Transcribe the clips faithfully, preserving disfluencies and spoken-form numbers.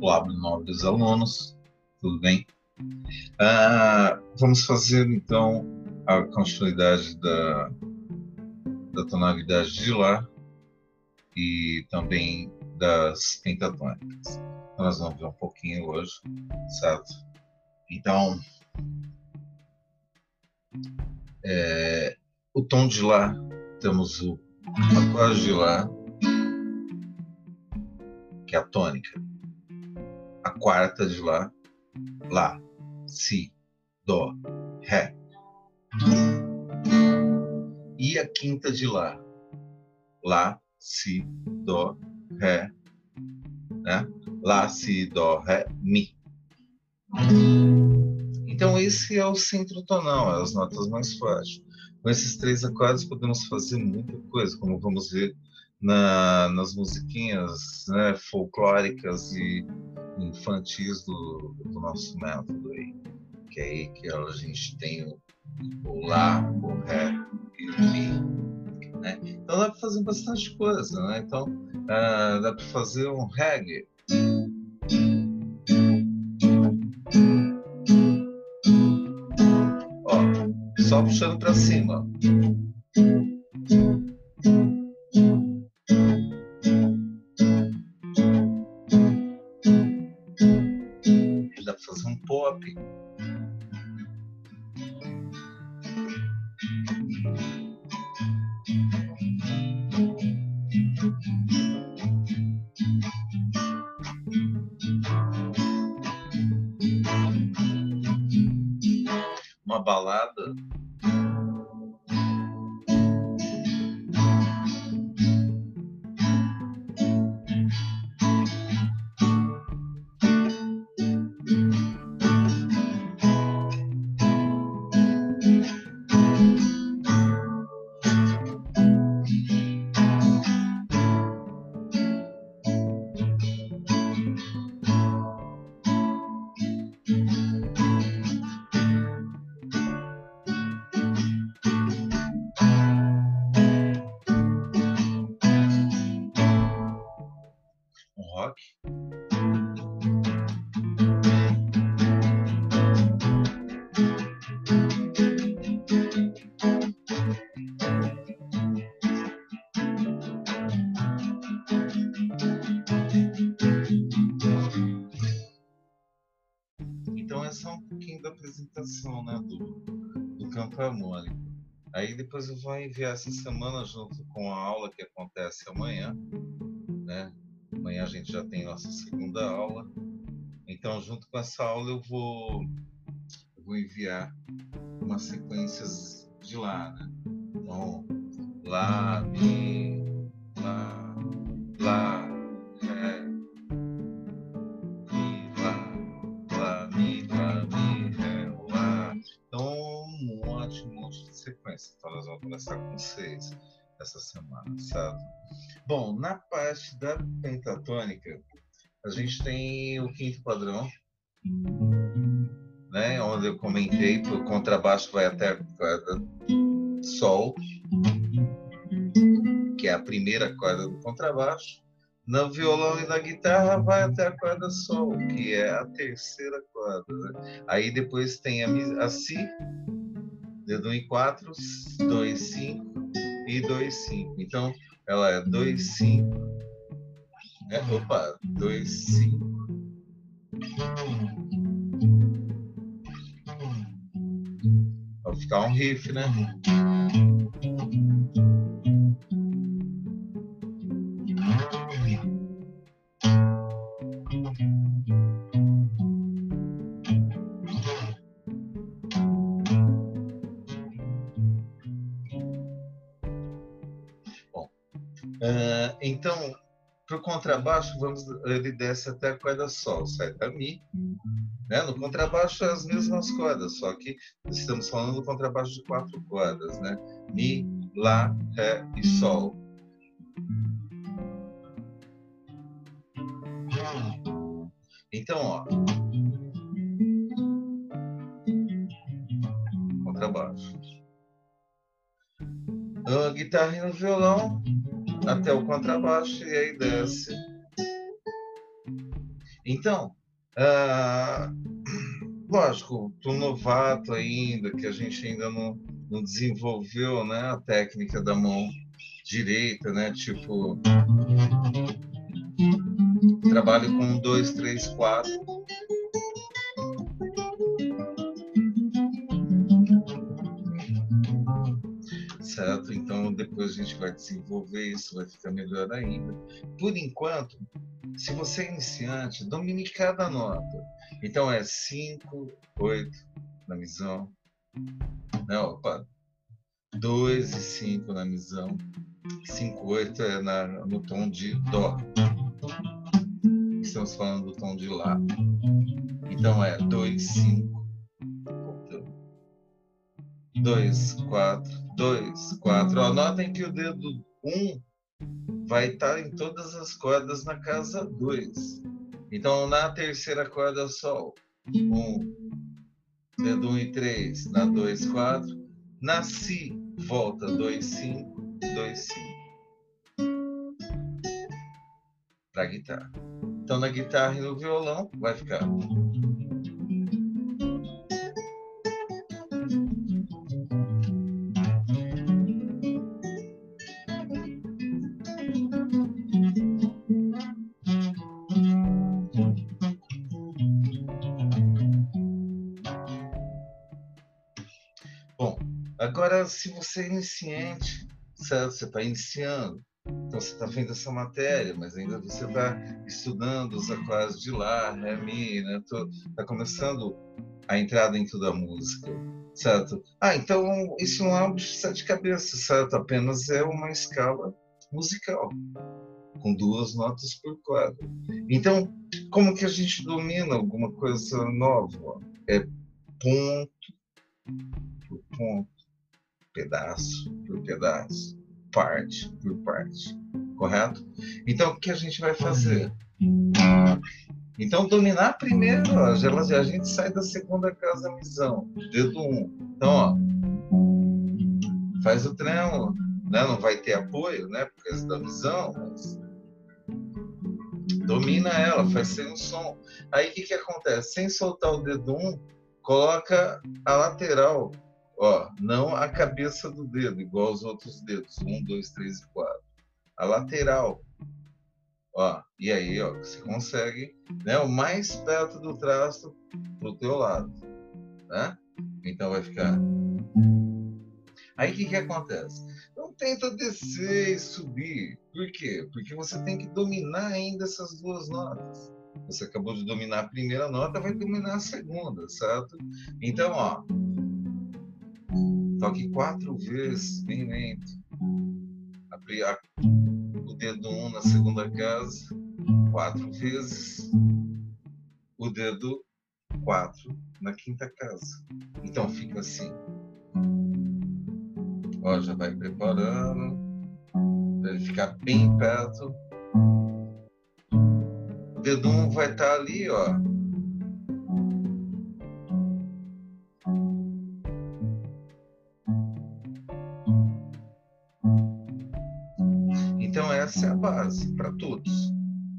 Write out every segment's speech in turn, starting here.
Olá, nobres alunos, tudo bem? Ah, vamos fazer então a continuidade da, da tonalidade de Lá e também das pentatônicas. Então, nós vamos ver um pouquinho hoje, certo? Então, é, o tom de Lá, temos o acorde de Lá, que é a tônica, a quarta de Lá, Lá, Si, Dó, Ré, e a quinta de Lá, Lá, Si, Dó, Ré, né? Lá, Si, Dó, Ré, Mi. Então esse é o centro tonal, é as notas mais fortes. Com esses três acordes podemos fazer muita coisa, como vamos ver na, nas musiquinhas, né, folclóricas e infantis do, do nosso método aí. Que é aí que a gente tem o, o Lá, o Ré e o Mi. Né? Então dá para fazer bastante coisa, né? Então uh, dá para fazer um reggae. Ó, só puxando para cima. Dá para fazer um pop. Uma balada. Um rock. Então essa é um pouquinho da apresentação, né, do, do campo harmônico. Aí depois eu vou enviar essa semana junto com a aula que acontece amanhã, né? Amanhã a gente já tem nossa segunda aula. Então junto com essa aula eu vou, eu vou enviar umas sequências de Lá, né? Então, Lá, Mi, Lá, Lá, Ré, Mi, Lá, Lá, Mi, Lá, Mi, Ré, Lá. Então, um monte, um monte de sequência. Então, nós vamos começar com seis essa semana, certo? Bom, na parte da pentatônica, a gente tem o quinto padrão, né? Onde eu comentei que o contrabaixo vai até a corda Sol, que é a primeira corda do contrabaixo. No violão e na guitarra vai até a corda Sol, que é a terceira corda. Né? Aí depois tem a, a Si, dedo um e quatro, dois, cinco e dois, cinco. Então ela é dois, cinco. É, opa, dois, cinco. Vai ficar um riff, né? Bom, uh, então, para o contrabaixo, vamos, ele desce até a corda Sol, sai da Mi. Né? No contrabaixo é as mesmas cordas, só que estamos falando do contrabaixo de quatro cordas, né? Mi, Lá, Ré e Sol. Então, ó, contrabaixo. A guitarra e no violão até o contrabaixo e aí desce. Então, ah, lógico, para um novato ainda, que a gente ainda não, não desenvolveu, né, a técnica da mão direita, né, tipo, trabalho com dois, três, quatro. Certo? Então, depois a gente vai desenvolver isso, vai ficar melhor ainda. Por enquanto, se você é iniciante, domine cada nota. Então, é cinco, oito na misão. Não, opa, dois e cinco na misão. cinco, oito é na, no tom de Dó. Estamos falando do tom de Lá. Então, é dois, cinco. dois, quatro, dois, quatro. Ó, notem que o dedo um vai estar em todas as cordas na casa dois. Então, na terceira corda, Sol. um, dedo um e três. Na dois, quatro. Na Si, volta dois, cinco, dois, cinco. Para guitarra. Então, na guitarra e no violão, vai ficar. Bom, agora, se você é iniciante, certo? Você está iniciando, então você está vendo essa matéria, mas ainda você está estudando os acordes de Lá, Ré, Mi, né? Está começando a entrar dentro da música, certo? Ah, então isso não é um bicho de sete cabeças, certo? Apenas é uma escala musical, com duas notas por quadro. Então, como que a gente domina alguma coisa nova? É ponto por ponto, pedaço por pedaço, parte por parte, correto? Então, o que a gente vai fazer? Então, dominar primeiro, ó, a gente sai da segunda casa misão, dedo um. Então, ó, faz o trêmulo, né? Não vai ter apoio, né? Por causa da visão, mas domina ela, faz sem um som. Aí, o que que acontece? Sem soltar o dedo um, coloca a lateral, ó, não a cabeça do dedo, igual os outros dedos, um, dois, três e quatro. A lateral, ó, e aí, ó, você consegue, né, o mais perto do trasto pro teu lado, né? Então vai ficar. Aí o que que acontece? Não tenta descer e subir. Por quê? Porque você tem que dominar ainda essas duas notas. Você acabou de dominar a primeira nota, vai dominar a segunda, certo? Então, ó, toque quatro vezes, bem lento. Abrir a, o dedo um na segunda casa, quatro vezes. O dedo quatro na quinta casa. Então fica assim. Ó, já vai preparando para ele ficar bem perto. O dedo um vai estar ali, ó. Então essa é a base para todos.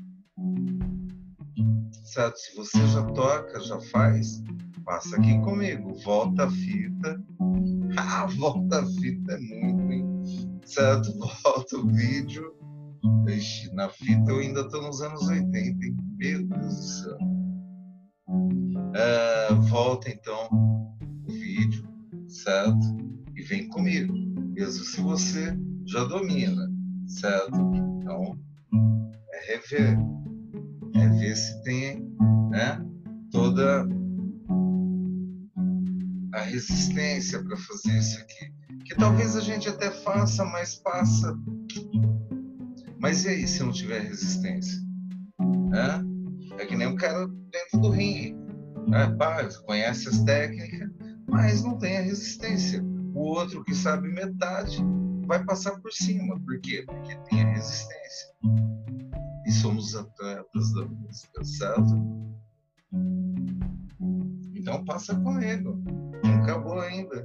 Certo? Se você já toca, já faz, passa aqui comigo. Volta a fita. Ah, volta a fita é muito, hein? Certo? Volta o vídeo. Ixi, na fita eu ainda estou nos anos oitenta, hein? Meu Deus do céu. É, volta então o vídeo, certo? E vem comigo, mesmo se você já domina, certo? Então, é rever, é ver se tem, né, toda a resistência para fazer isso aqui. Que talvez a gente até faça, mas passa. Mas e aí se não tiver resistência? Né? É que nem um cara dentro do ringue. Né? Pá, conhece as técnicas, mas não tem a resistência. O outro que sabe metade vai passar por cima. Por quê? Porque tem a resistência. E somos atletas da música, certo? Então passa comigo. Não acabou ainda.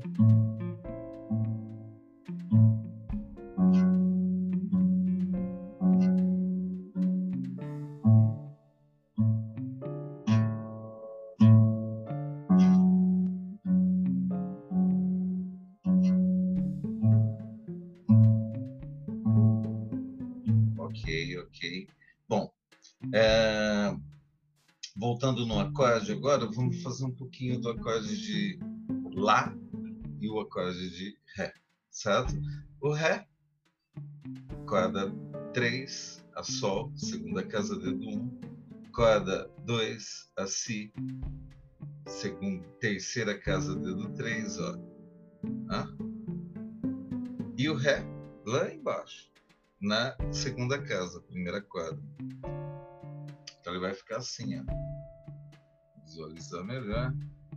É, voltando no acorde agora, vamos fazer um pouquinho do acorde de Lá e o acorde de Ré, certo? O Ré, corda três, a Sol, segunda casa, dedo um, corda dois, a Si, segunda, terceira casa, dedo três, ó. Ah? E o Ré, lá embaixo, na segunda casa, primeira corda. Então ele vai ficar assim, ó. Visualizar melhor.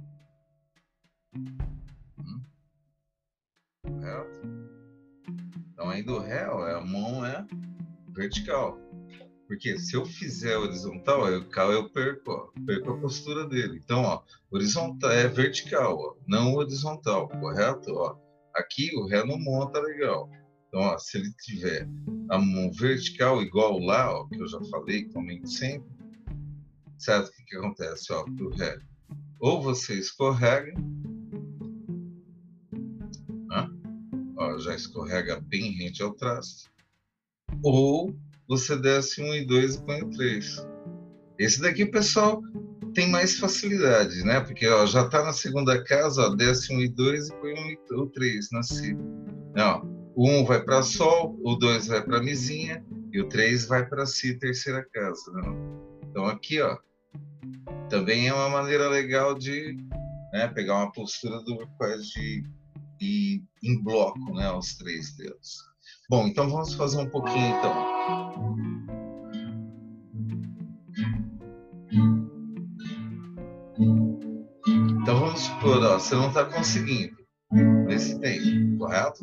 Hum. Correto? Então aí do Ré, ó, a mão é vertical. Porque se eu fizer horizontal, eu caio, eu perco, ó, perco a postura dele. Então, ó, horizontal é vertical, ó, não horizontal, correto? Ó, aqui o Ré não monta legal. Então, ó, se ele tiver a mão vertical igual lá, ó, que eu já falei, comento sempre, certo? O que, que acontece, ó, pro Ré? Ou você escorrega, né? Ó, já escorrega bem rente ao traste, ou você desce um e dois e põe o três. Esse daqui o pessoal tem mais facilidade, né? Porque ó, já está na segunda casa, ó, desce um e dois e põe um e o três na Si. Não, o um vai para Sol, o dois vai para Mizinha e o três vai para Si, terceira casa. Não? Então aqui, ó, também é uma maneira legal de, né, pegar uma postura do acorde e em bloco, né, os três dedos. Bom, então vamos fazer um pouquinho então. Então vamos supor, ó, você não está conseguindo nesse tempo, correto?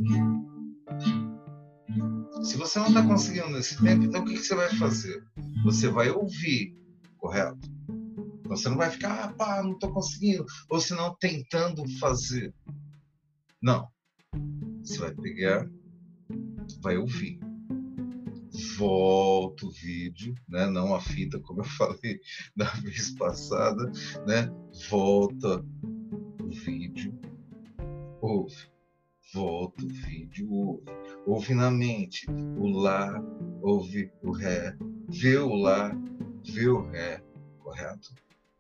Se você não está conseguindo nesse tempo, então o que, que você vai fazer? Você vai ouvir, correto? Então você não vai ficar, ah, pá, não estou conseguindo, ou se não tentando fazer. Não. Você vai pegar, vai ouvir. Volta o vídeo, né? Não a fita, como eu falei na vez passada, né? Volta o vídeo, ouve. Volta o vídeo, ouve. Ouve na mente o Lá, ouve o Ré, vê o Lá, vê o Ré, correto?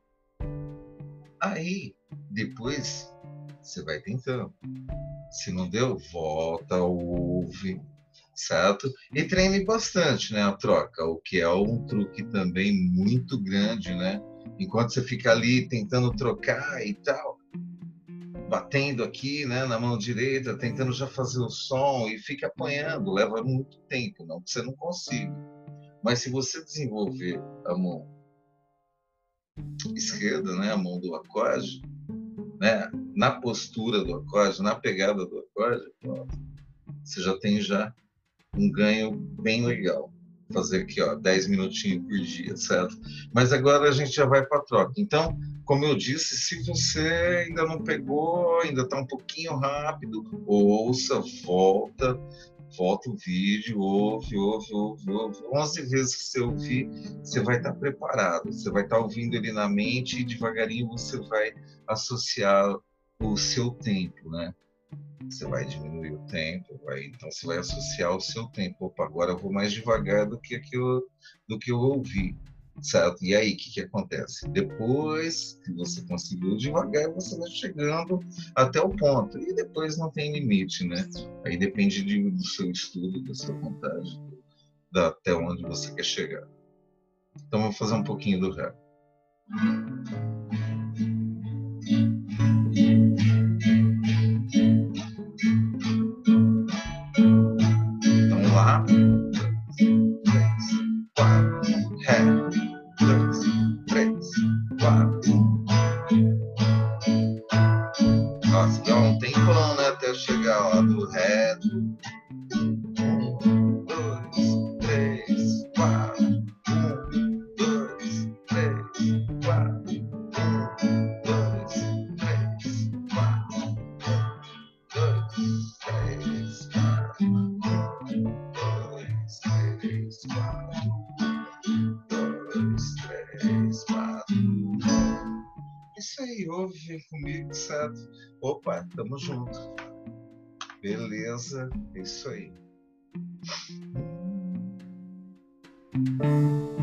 Aí, depois, você vai tentando. Se não deu, volta, ouve, certo? E treine bastante, né, a troca, o que é um truque também muito grande, né? Enquanto você fica ali tentando trocar e tal, batendo aqui, né, na mão direita, tentando já fazer o som e fica apanhando, leva muito tempo, não que você não consiga. Mas se você desenvolver a mão esquerda, né, a mão do acorde, né, na postura do acorde, na pegada do acorde, você já tem já um ganho bem legal. Fazer aqui, ó, dez minutinhos por dia, certo? Mas agora a gente já vai para a troca. Então, como eu disse, se você ainda não pegou, ainda está um pouquinho rápido, ouça, volta, volta o vídeo, ouve, ouve, ouve, ouve. onze vezes que você ouvir, você vai estar preparado, você vai estar ouvindo ele na mente e devagarinho você vai associar o seu tempo, né? Você vai diminuir o tempo, vai, então você vai associar o seu tempo. Opa, agora eu vou mais devagar do que aquilo, do que eu ouvi, certo? E aí, o que, que acontece? Depois que você conseguiu devagar, você vai chegando até o ponto. E depois não tem limite, né? Aí depende de, do seu estudo, da sua vontade, da, até onde você quer chegar. Então, vamos fazer um pouquinho do Ré. Então, Lá, três, quatro, Ré, dois, três, quatro. Nossa, dá um tempão, né, até eu chegar lá do Ré. Um, dois, três, quatro. Um, dois, três, quatro. Um, dois, três, quatro. Dois, três, quatro. Um, dois, três, quatro. Dois, três, quatro. Isso aí, ouve comigo, certo? Opa, tamo junto. Beleza, é isso aí.